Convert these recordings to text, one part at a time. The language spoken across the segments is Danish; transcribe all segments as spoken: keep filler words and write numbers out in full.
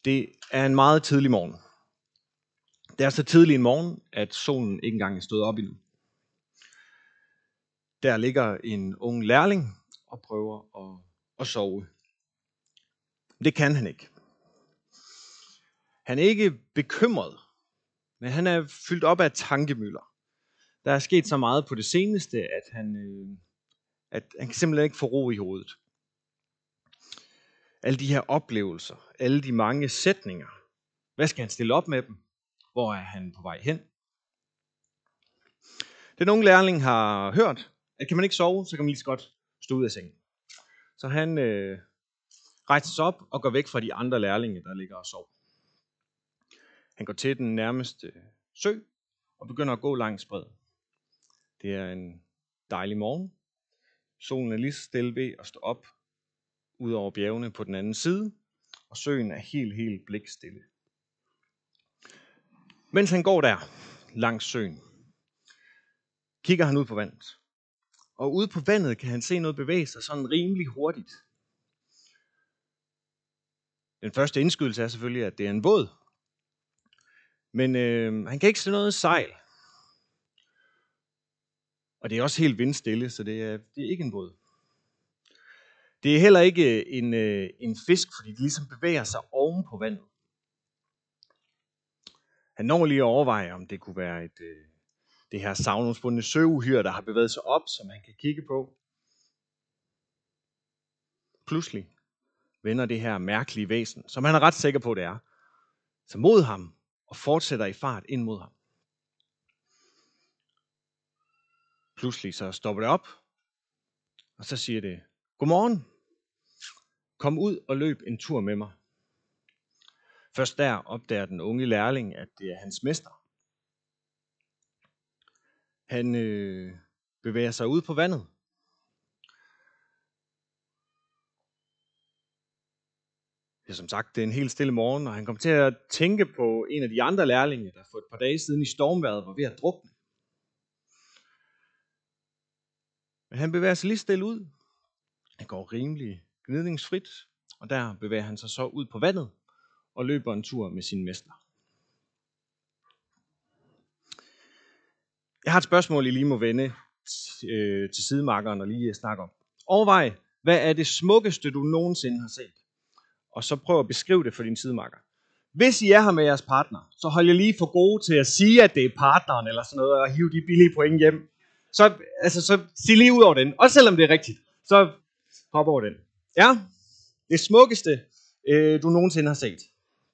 Det er en meget tidlig morgen. Det er så tidlig en morgen, at solen ikke engang er stået op endnu. Der ligger en ung lærling og prøver at, at sove. Det kan han ikke. Han er ikke bekymret, men han er fyldt op af tankemylder. Der er sket så meget på det seneste, at han, øh, at han kan simpelthen ikke få ro i hovedet. Alle de her oplevelser, alle de mange sætninger. Hvad skal han stille op med dem? Hvor er han på vej hen? Den unge lærling har hørt, at kan man ikke sove, så kan man lige så godt stå ud af sengen. Så han øh, rejser sig op og går væk fra de andre lærlinge, der ligger og sover. Han går til den nærmeste sø og begynder at gå langs bredden. Det er en dejlig morgen. Solen er lige så stille ved at stå op ud over bjergene på den anden side, og søen er helt, helt blikstille. Mens han går der langs søen, kigger han ud på vandet. Og ude på vandet kan han se noget bevæge sig sådan rimelig hurtigt. Den første indskydelse er selvfølgelig, at det er en båd. Men øh, han kan ikke se noget sejl. Og det er også helt vindstille, så det er, det er ikke en båd. Det er heller ikke en, øh, en fisk, fordi det ligesom bevæger sig oven på vandet. Han når lige at overveje, om det kunne være et, øh, det her savnomsbundne søuhyre, der har bevæget sig op, som han kan kigge på. Pludselig vender det her mærkelige væsen, som han er ret sikker på, det er, så mod ham og fortsætter i fart ind mod ham. Pludselig så stopper det op, og så siger det, godmorgen, kom ud og løb en tur med mig. Først der opdager den unge lærling, at det er hans mester. Han øh, bevæger sig ud på vandet. Det er som sagt det er en helt stille morgen, og han kom til at tænke på en af de andre lærlinge, der for et par dage siden i stormvejret var ved at drukne. Men han bevæger sig lige stille ud. Han går rimelig gnidningsfrit, og der bevæger han sig så ud på vandet og løber en tur med sin mester. Jeg har et spørgsmål, I lige må vende øh, til sidemarkeren og lige snakke om. Overvej, hvad er det smukkeste, du nogensinde har set? Og så prøv at beskrive det for din sidemarker. Hvis I er her med jeres partner, så hold jer lige for gode til at sige, at det er partneren eller sådan noget, og hive de billige point hjem. Så, altså, så sig lige ud over den. Også selvom det er rigtigt, så hop over den. Ja, det smukkeste, øh, du nogensinde har set.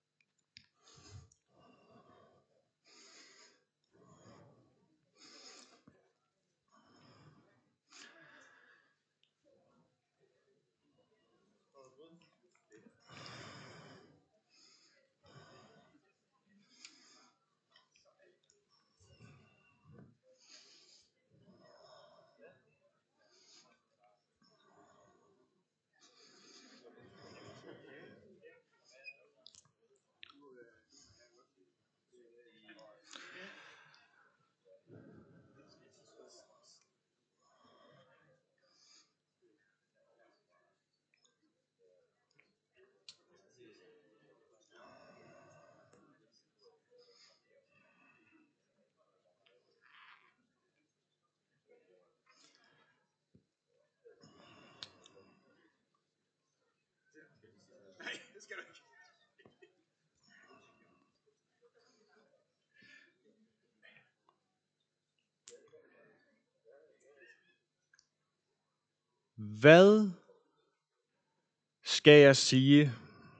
Hvad skal jeg sige?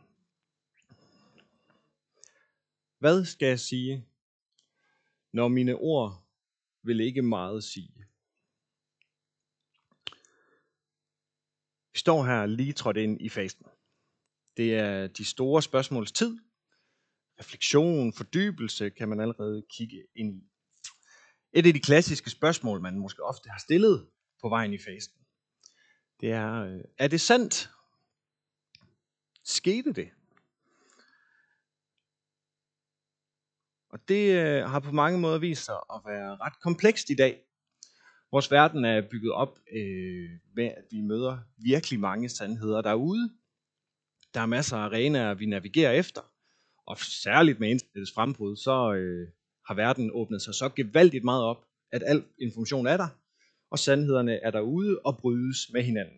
Hvad skal jeg sige, når mine ord vil ikke meget sige? Vi står her lige trådt ind i fasten. Det er de store spørgsmåls tid. Refleksion, fordybelse kan man allerede kigge ind i. Et af de klassiske spørgsmål, man måske ofte har stillet på vejen i fasten, det er, er det sandt? Skete det? Og det har på mange måder vist sig at være ret komplekst i dag. Vores verden er bygget op øh, ved, at vi møder virkelig mange sandheder derude. Der er masser af arenaer, vi navigerer efter. Og særligt med internettets frembrud, så øh, har verden åbnet sig så gevaldigt meget op, at al information er der, og sandhederne er derude og brydes med hinanden.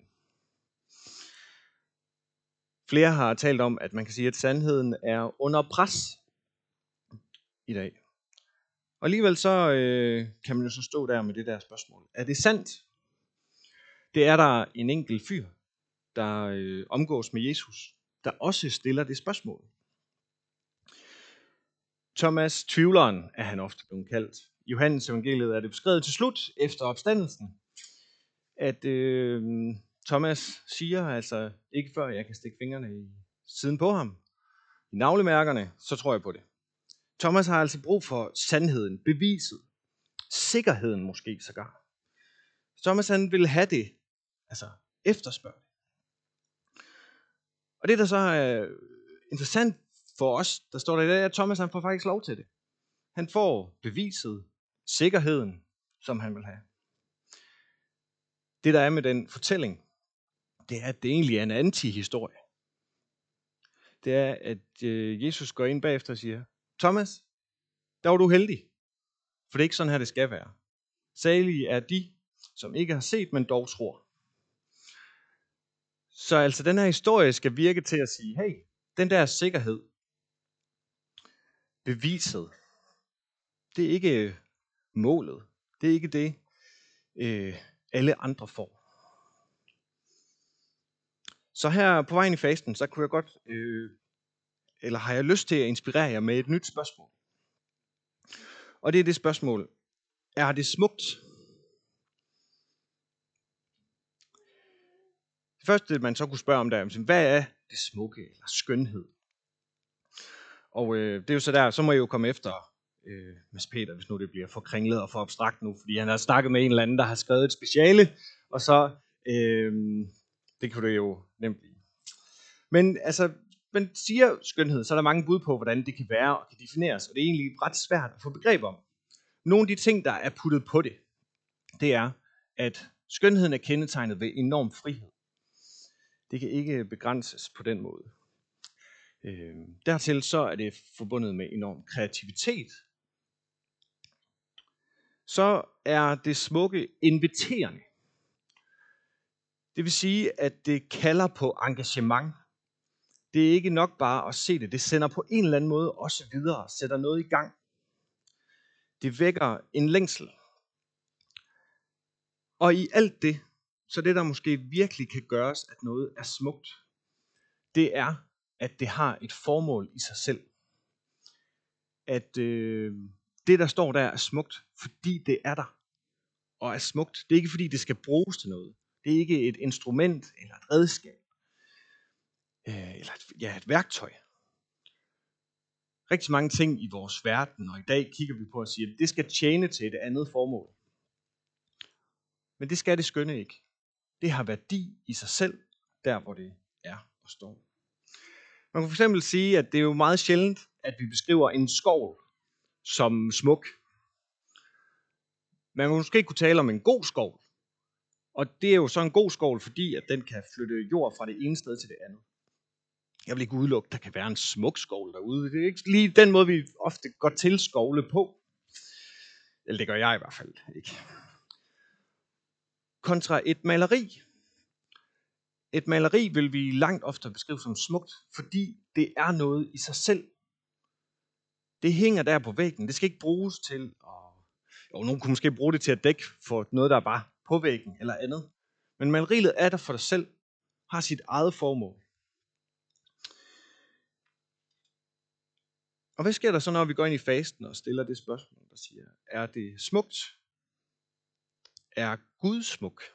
Flere har talt om, at man kan sige, at sandheden er under pres i dag. Og alligevel så øh, kan man jo så stå der med det der spørgsmål. Er det sandt? Det er der en enkelt fyr, der øh, omgås med Jesus, der også stiller det spørgsmål. Thomas Tvivleren er han ofte blevet kaldt. I Johannes evangeliet er det beskrevet til slut efter opstandelsen, at øh, Thomas siger, altså ikke før jeg kan stikke fingrene i siden på ham, i navlemærkerne, så tror jeg på det. Thomas har altså brug for sandheden, beviset, sikkerheden måske sågar. Thomas han vil have det, altså efterspørge det. Og det der så er interessant for os, der står der i dag, at Thomas han får faktisk lov til det. Han får beviset, sikkerheden, som han vil have. Det der er med den fortælling, det er, at det egentlig er en anti-historie. Det er, at øh, Jesus går ind bagefter og siger, Thomas, der var du heldig, for det er ikke sådan her, det skal være. Salige er de, som ikke har set, men dog tror. Så altså den her historie skal virke til at sige, hey, den der sikkerhed, beviset, det er ikke målet. Det er ikke det, øh, alle andre får. Så her på vejen i fasten, så kunne jeg godt, øh, eller har jeg lyst til at inspirere jer med et nyt spørgsmål. Og det er det spørgsmål, er det smukt? Det første, man så kunne spørge om, der er, hvad er det smukke eller skønhed? Og øh, det er jo så der, så må jeg jo komme efter øh, Mads Peter, hvis nu det bliver for kringlet og for abstrakt nu, fordi han har snakket med en eller anden, der har skrevet et speciale, og så, øh, det kunne det jo nemt blive. Men altså, man siger skønhed, så er der mange bud på, hvordan det kan være og kan defineres, og det er egentlig ret svært at få begreb om. Nogle af de ting, der er puttet på det, det er, at skønheden er kendetegnet ved enorm frihed. Det kan ikke begrænses på den måde. Øh, dertil så er det forbundet med enorm kreativitet. Så er det smukke inviterende. Det vil sige, at det kalder på engagement. Det er ikke nok bare at se det. Det sender på en eller anden måde også videre, sætter noget i gang. Det vækker en længsel. Og i alt det, så det der måske virkelig kan gøres, at noget er smukt, det er, at det har et formål i sig selv. At øh, det, der står der, er smukt, fordi det er der. Og er smukt. Det er ikke, fordi det skal bruges til noget. Det er ikke et instrument eller et redskab. Øh, eller et, ja, et værktøj. Rigtig mange ting i vores verden, og i dag kigger vi på og siger, at det skal tjene til et andet formål. Men det skal det skønne ikke. Det har værdi i sig selv, der hvor det er og står. Man kan for eksempel sige, at det er jo meget sjældent, at vi beskriver en skov som smuk. Man må måske kunne tale om en god skov. Og det er jo så en god skov, fordi at den kan flytte jord fra det ene sted til det andet. Jeg vil ikke udelukke, at der kan være en smuk skov derude. Det er ikke lige den måde, vi ofte går til skovle på. Eller det gør jeg i hvert fald ikke. Kontra et maleri. Et maleri vil vi langt oftere beskrive som smukt, fordi det er noget i sig selv. Det hænger der på væggen. Det skal ikke bruges til at... Jo, nogen kunne måske bruge det til at dække for noget, der er bare på væggen eller andet. Men maleriet er der for dig selv, har sit eget formål. Og hvad sker der så, når vi går ind i fasten og stiller det spørgsmål, der siger, er det smukt? Er Gud smuk?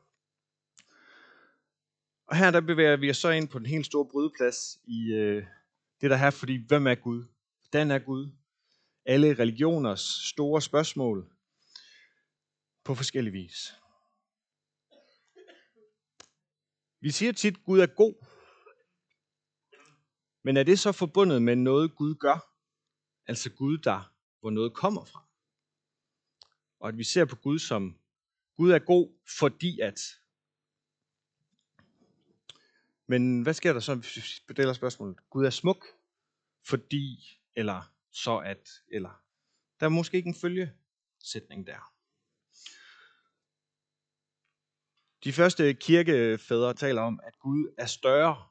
Og her der bevæger vi os så ind på den helt store brydeplads i øh, det der her, fordi hvem er Gud? Hvordan er Gud? Alle religioners store spørgsmål på forskellig vis. Vi siger tit, at Gud er god. Men er det så forbundet med noget, Gud gør? Altså Gud, der hvor noget kommer fra. Og at vi ser på Gud som, Gud er god, fordi at. Men hvad sker der så, hvis vi stiller spørgsmålet? Gud er smuk, fordi, eller så at, eller der er måske ikke en følgesætning der. De første kirkefædre taler om, at Gud er større.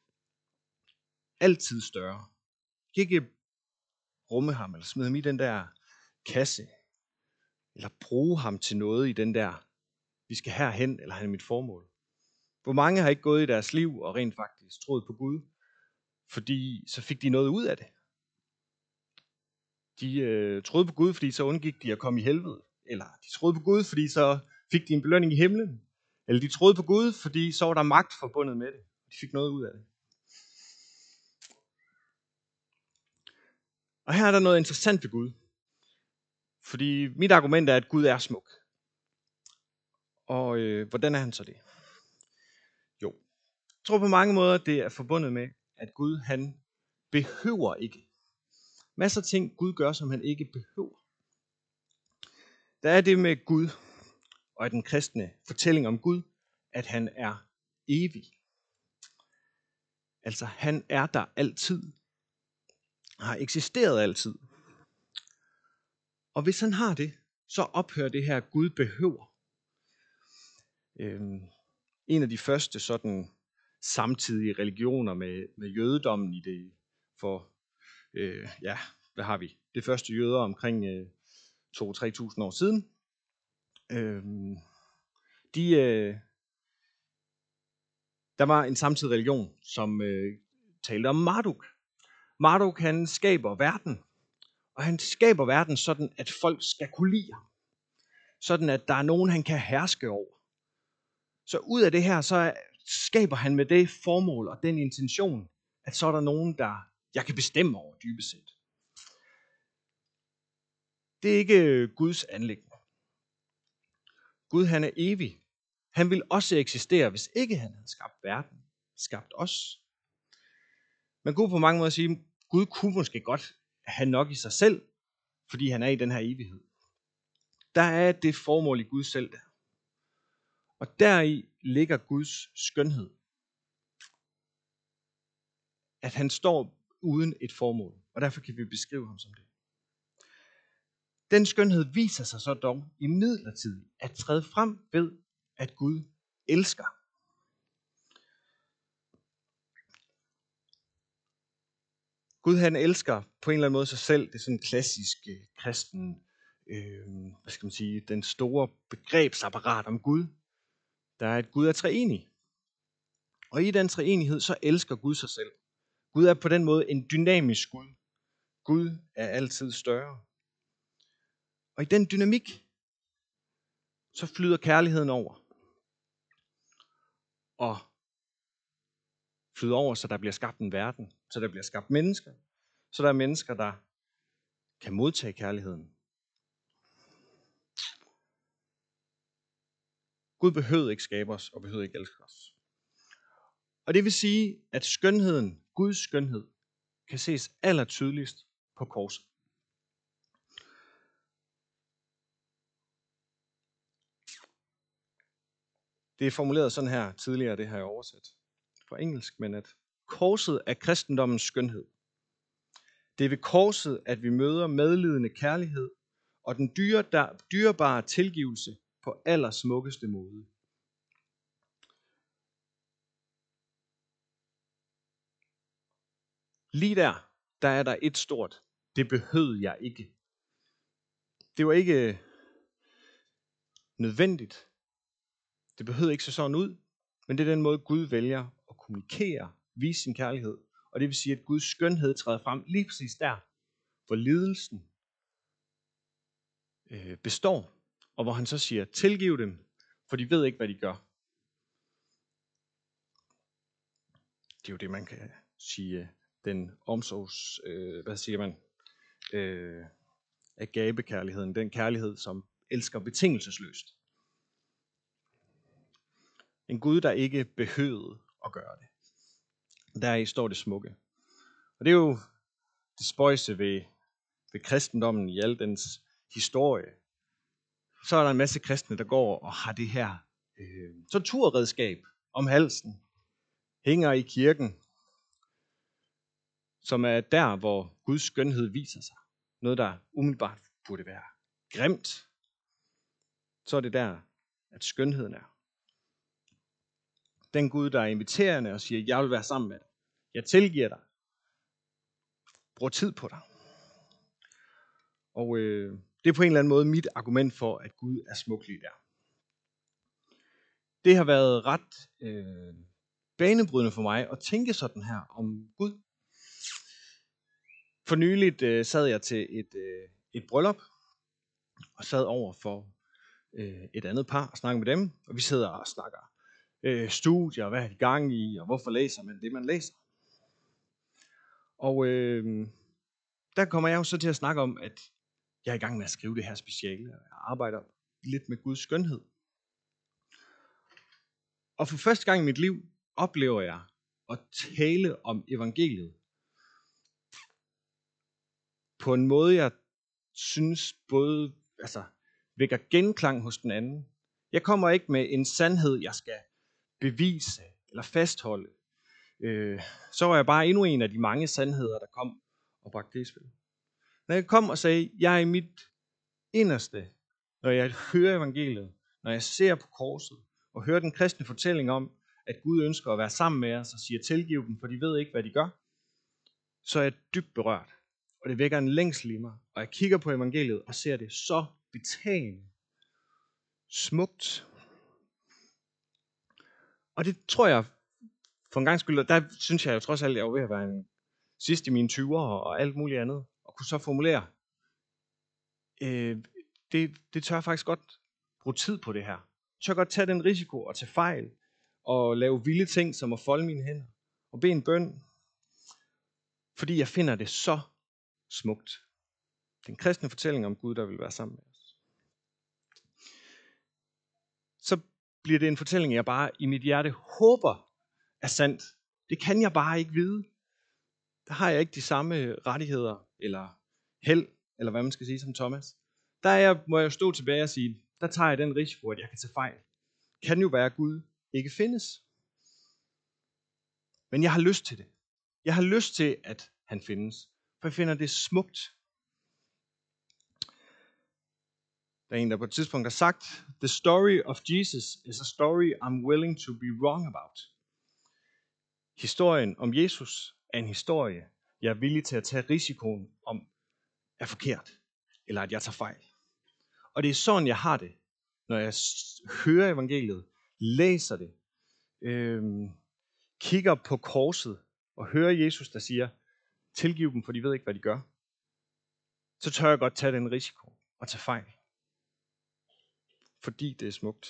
Altid større. Ikke rumme ham, eller smide ham i den der kasse, eller bruge ham til noget i den der, vi skal herhen, eller han er mit formål. Hvor mange har ikke gået i deres liv og rent faktisk troet på Gud, fordi så fik de noget ud af det. De øh, troede på Gud, fordi så undgik de at komme i helvede. Eller de troede på Gud, fordi så fik de en belønning i himlen. Eller de troede på Gud, fordi så var der magt forbundet med det. De fik noget ud af det. Og her er der noget interessant ved Gud. Fordi mit argument er, at Gud er smuk. Og øh, hvordan er han så det? Jo, jeg tror på mange måder, det er forbundet med, at Gud han behøver ikke. Masser af ting, Gud gør, som han ikke behøver. Der er det med Gud, og den kristne fortælling om Gud, at han er evig. Altså, han er der altid. Har eksisteret altid. Og hvis han har det, så ophører det her, Gud behøver. Øhm, en af de første sådan samtidige religioner med, med jødedommen i det, for, øh, ja, hvad har vi? Det første jøder omkring øh, to til tre tusind år siden. Øhm, de, øh, der var en samtidig religion, som øh, talte om Marduk. Marduk, han skaber verden, og han skaber verden sådan, at folk skal kunne lide ham. Sådan, at der er nogen, han kan herske over. Så ud af det her, så skaber han med det formål og den intention, at så er der nogen, der jeg kan bestemme over dybest set. Det er ikke Guds anliggende. Gud, han er evig. Han vil også eksistere, hvis ikke han havde skabt verden, skabt os. Man kunne på mange måder sige, at Gud kunne måske godt have nok i sig selv, fordi han er i den her evighed. Der er det formål i Gud selv der. Og deri ligger Guds skønhed. At han står uden et formål, og derfor kan vi beskrive ham som det. Den skønhed viser sig så dog i midlertid at træde frem ved, at Gud elsker. Gud han elsker på en eller anden måde sig selv. Det er sådan en klassisk øh, kristen, øh, hvad skal man sige, den store begrebsapparat om Gud. Der er, at Gud er treenig. Og i den treenighed, så elsker Gud sig selv. Gud er på den måde en dynamisk Gud. Gud er altid større. Og i den dynamik, så flyder kærligheden over. Og flyder over, så der bliver skabt en verden. Så der bliver skabt mennesker. Så der er mennesker, der kan modtage kærligheden. Gud behøvede ikke skabe os, og behøvede ikke elske os. Og det vil sige, at skønheden, Guds skønhed, kan ses allertydeligst på korset. Det er formuleret sådan her tidligere, det har jeg oversat på engelsk, men at korset er kristendommens skønhed. Det er ved korset, at vi møder medlidende kærlighed og den dyre, der, dyrebare tilgivelse på allersmukkeste måde. Lige der, der er der et stort, det behøvede jeg ikke. Det var ikke nødvendigt. Det behøvede ikke se sådan ud, men det er den måde, Gud vælger at kommunikere, vise sin kærlighed. Og det vil sige, at Guds skønhed træder frem lige præcis der, hvor lidelsen øh, består, og hvor han så siger, tilgiv dem, for de ved ikke, hvad de gør. Det er jo det, man kan sige, den omsorgs, øh, hvad siger man, øh, agabekærligheden, den kærlighed, som elsker betingelsesløst. En Gud, der ikke behøvede at gøre det. Deri står det smukke. Og det er jo det spøjse ved, ved kristendommen i al dens historie. Så er der en masse kristne, der går og har det her øh, torturredskab om halsen. Hænger i kirken. som er der, hvor Guds skønhed viser sig. Noget, der umiddelbart burde være grimt. Så er det der, at skønheden er. Den Gud, der er inviterende og siger, jeg vil være sammen med dig. Jeg tilgiver dig. Brug tid på dig. Og øh, det er på en eller anden måde mit argument for, at Gud er smuk lige der. Det har været ret øh, banebrydende for mig at tænke sådan her om Gud. For nyligt øh, sad jeg til et, øh, et bryllup, og sad over for øh, et andet par og snakkede med dem. Og vi sidder og snakker øh, studier, hvad er de gang i, og hvorfor læser man det, man læser. Og øh, der kommer jeg jo så til at snakke om, at jeg er i gang med at skrive det her speciale, og jeg arbejder lidt med Guds skønhed. Og for første gang i mit liv oplever jeg at tale om evangeliet på en måde, jeg synes både altså, vækker genklang hos den anden. Jeg kommer ikke med en sandhed, jeg skal bevise eller fastholde. Øh, så var jeg bare endnu en af de mange sandheder, der kom og bragte det i spil. Når jeg kom og sagde, jeg er i mit inderste, når jeg hører evangeliet, når jeg ser på korset, og hører den kristne fortælling om, at Gud ønsker at være sammen med os og siger tilgiv dem, for de ved ikke, hvad de gør, så er jeg dybt berørt. Og det vækker en længsel i mig. Og jeg kigger på evangeliet og ser det så betagende, smukt. Og det tror jeg, for en gang skyld, der synes jeg jo trods alt, at jeg var ved at være en sidst i mine tyvere og alt muligt andet, og kunne så formulere, øh, det, det tør jeg faktisk godt bruge tid på det her. Jeg tør godt tage den risiko og tage fejl, og lave vilde ting, som at folde mine hænder, og bede en bøn, fordi jeg finder det så smukt. Den kristne fortælling om Gud, der vil være sammen med os. Så bliver det en fortælling, jeg bare i mit hjerte håber er sandt. Det kan jeg bare ikke vide. Der har jeg ikke de samme rettigheder, eller held, eller hvad man skal sige som Thomas. Der er jeg, må jeg jo stå tilbage og sige, der tager jeg den risiko, at jeg kan tage fejl. Kan jo være, at Gud ikke findes. Men jeg har lyst til det. Jeg har lyst til, at han findes. For jeg finder det smukt. Der er en, der på et tidspunkt har sagt, the story of Jesus is a story I'm willing to be wrong about. Historien om Jesus er en historie, jeg er villig til at tage risikoen om er forkert, eller at jeg tager fejl. Og det er sådan, jeg har det, når jeg hører evangeliet, læser det, øh, kigger på korset og hører Jesus, der siger, tilgiv dem, for de ved ikke, hvad de gør. Så tør jeg godt tage den risiko og tage fejl. Fordi det er smukt.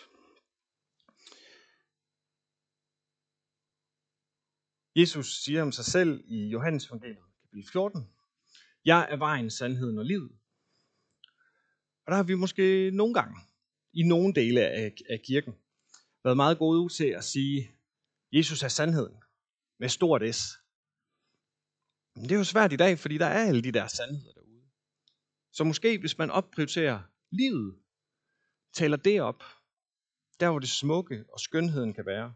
Jesus siger om sig selv i Johannes evangeliet, kapitel fjorten, jeg er vejen, sandheden og livet. Og der har vi måske nogle gange, i nogle dele af, af kirken, været meget gode til at sige, Jesus er sandheden, med stort S. Men det er jo svært i dag, fordi der er alle de der sandheder derude. Så måske, hvis man opprioriterer livet, taler det op, der hvor det smukke og skønheden kan være.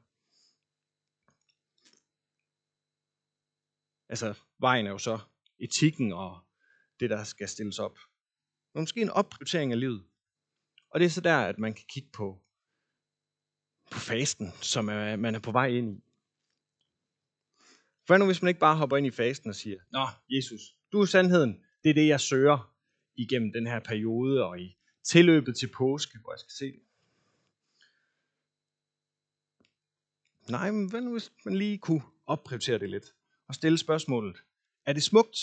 Altså, vejen er jo så etikken og det, der skal stilles op. Men måske en opprioritering af livet. Og det er så der, at man kan kigge på, på fasten, som er, man er på vej ind i. Hvad nu, hvis man ikke bare hopper ind i fasten og siger, nå, Jesus, du er sandheden, det er det, jeg søger igennem den her periode og i tilløbet til påske, hvor jeg skal se det. Nej, men hvad nu, hvis man lige kunne opprioritere det lidt og stille spørgsmålet, er det smukt?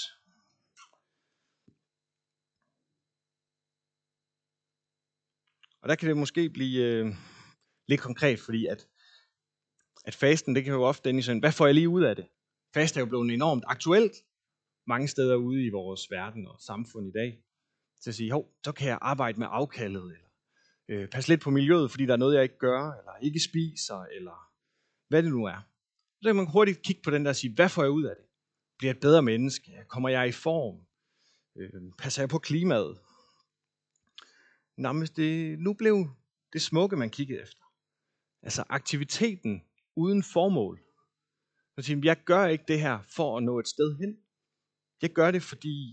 Og der kan det måske blive øh, lidt konkret, fordi at, at fasten, det kan jo ofte ende i sådan, hvad får jeg lige ud af det? Fast er jo blevet enormt aktuelt mange steder ude i vores verden og samfund i dag. Til at sige, hov, så kan jeg arbejde med afkaldet, eller øh, passe lidt på miljøet, fordi der er noget, jeg ikke gør, eller ikke spiser, eller hvad det nu er. Så kan man hurtigt kigge på den der og sige, hvad får jeg ud af det? Bliver jeg et bedre menneske? Kommer jeg i form? Øh, passer jeg på klimaet? Nå, men det nu blev det smukke, man kiggede efter. Altså aktiviteten uden formål. Så siger, jeg gør ikke det her for at nå et sted hen. Jeg gør det, fordi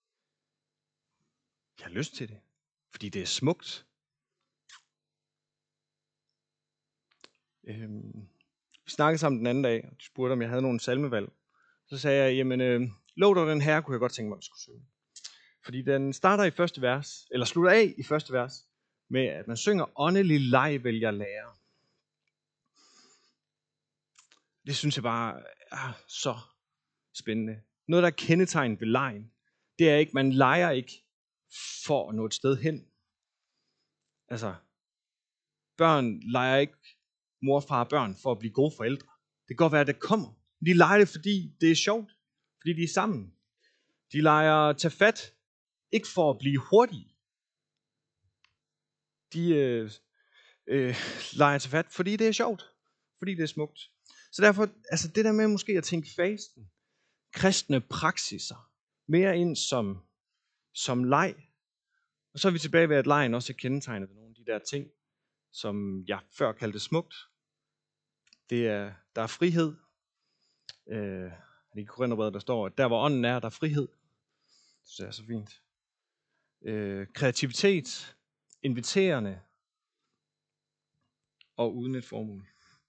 jeg har lyst til det. Fordi det er smukt. Øhm, vi snakkede sammen den anden dag, og de spurgte, om jeg havde nogle salmevalg. Så sagde jeg, jamen, øh, lov dig den her, kunne jeg godt tænke mig, at vi skulle synge. Fordi den starter i første vers, eller slutter af i første vers, med at man synger, åndelig leg vil jeg lære. Det synes jeg bare er så spændende. Noget, der er kendetegnet ved legen, det er ikke, man leger ikke for at nå et sted hen. Altså, børn leger ikke mor, far og børn for at blive gode forældre. Det kan godt være, at det kommer. De leger det, fordi det er sjovt. Fordi de er sammen. De leger tage fat, ikke for at blive hurtige. De øh, øh, leger tage fat, fordi det er sjovt. Fordi det er smukt. Så derfor, altså det der med måske at tænke fasten, kristne praksiser, mere ind som, som leg. Og så er vi tilbage ved, at legen også er kendetegnet ved nogle af de der ting, som jeg før kaldte smukt. Det er, der er frihed. Øh, I Korintherbrevet, der står, at der hvor ånden er, der er frihed. Det er så fint. Øh, kreativitet, inviterende og uden et formål.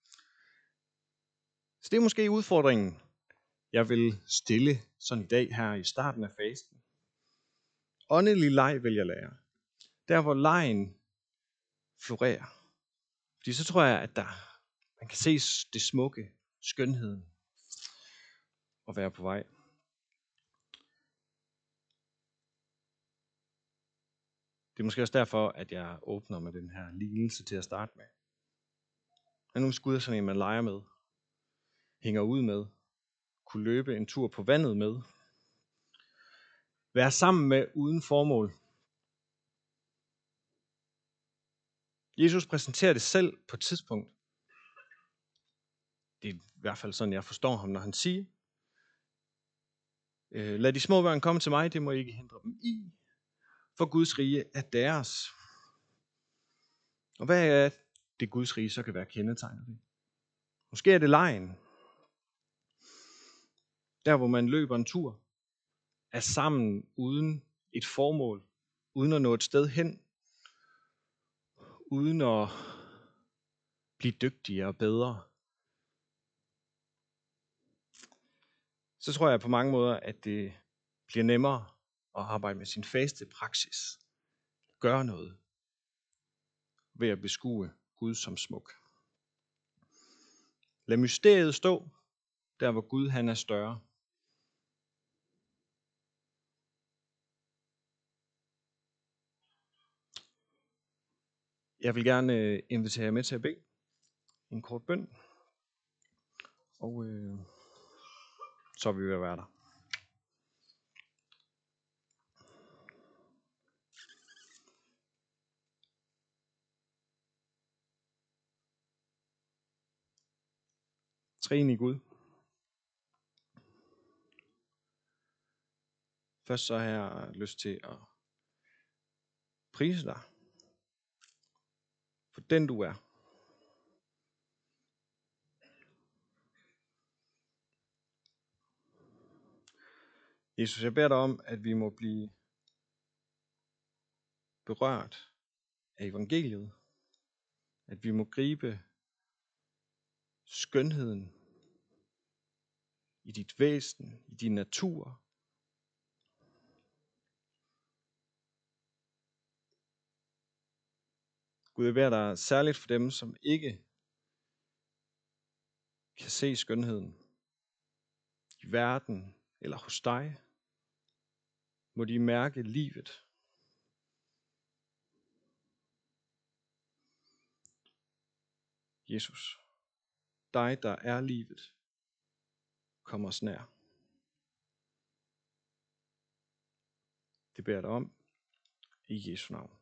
Så det er måske udfordringen, jeg vil stille sådan i dag her i starten af fasten. Åndelig leg vil jeg lære. Der hvor legen florerer. Fordi så tror jeg, at der, man kan se det smukke, skønheden og være på vej. Det er måske også derfor, at jeg åbner med den her lignelse til at starte med. Men nu Gud er sådan en, man leger med, hænger ud med, kunne løbe en tur på vandet med, være sammen med uden formål. Jesus præsenterer det selv på et tidspunkt. Det er i hvert fald sådan, jeg forstår ham, når han siger, lad de små børn komme til mig, det må I ikke hindre dem i, for Guds rige er deres. Og hvad er det Guds rige så kan være kendetegnet ved? Måske er det legen. Der hvor man løber en tur, er sammen uden et formål, uden at nå et sted hen, uden at blive dygtigere og bedre. Så tror jeg på mange måder, at det bliver nemmere at arbejde med sin faste praksis. Gøre noget ved at beskue Gud som smuk. Lad mysteriet stå, der hvor Gud han er større. Jeg vil gerne invitere jer med til at bede en kort bøn. Og øh, så er vi ved at være der. Treenig Gud. Først så har jeg lyst til at prise dig for den du er. Jesus, jeg beder dig om, at vi må blive berørt af evangeliet. At vi må gribe skønheden i dit væsen, i din natur. Gud, jeg beder dig særligt for dem, som ikke kan se skønheden i verden eller hos dig. Må de mærke livet. Jesus, dig der er livet, kom os nær. Det beder jeg dig om i Jesu navn.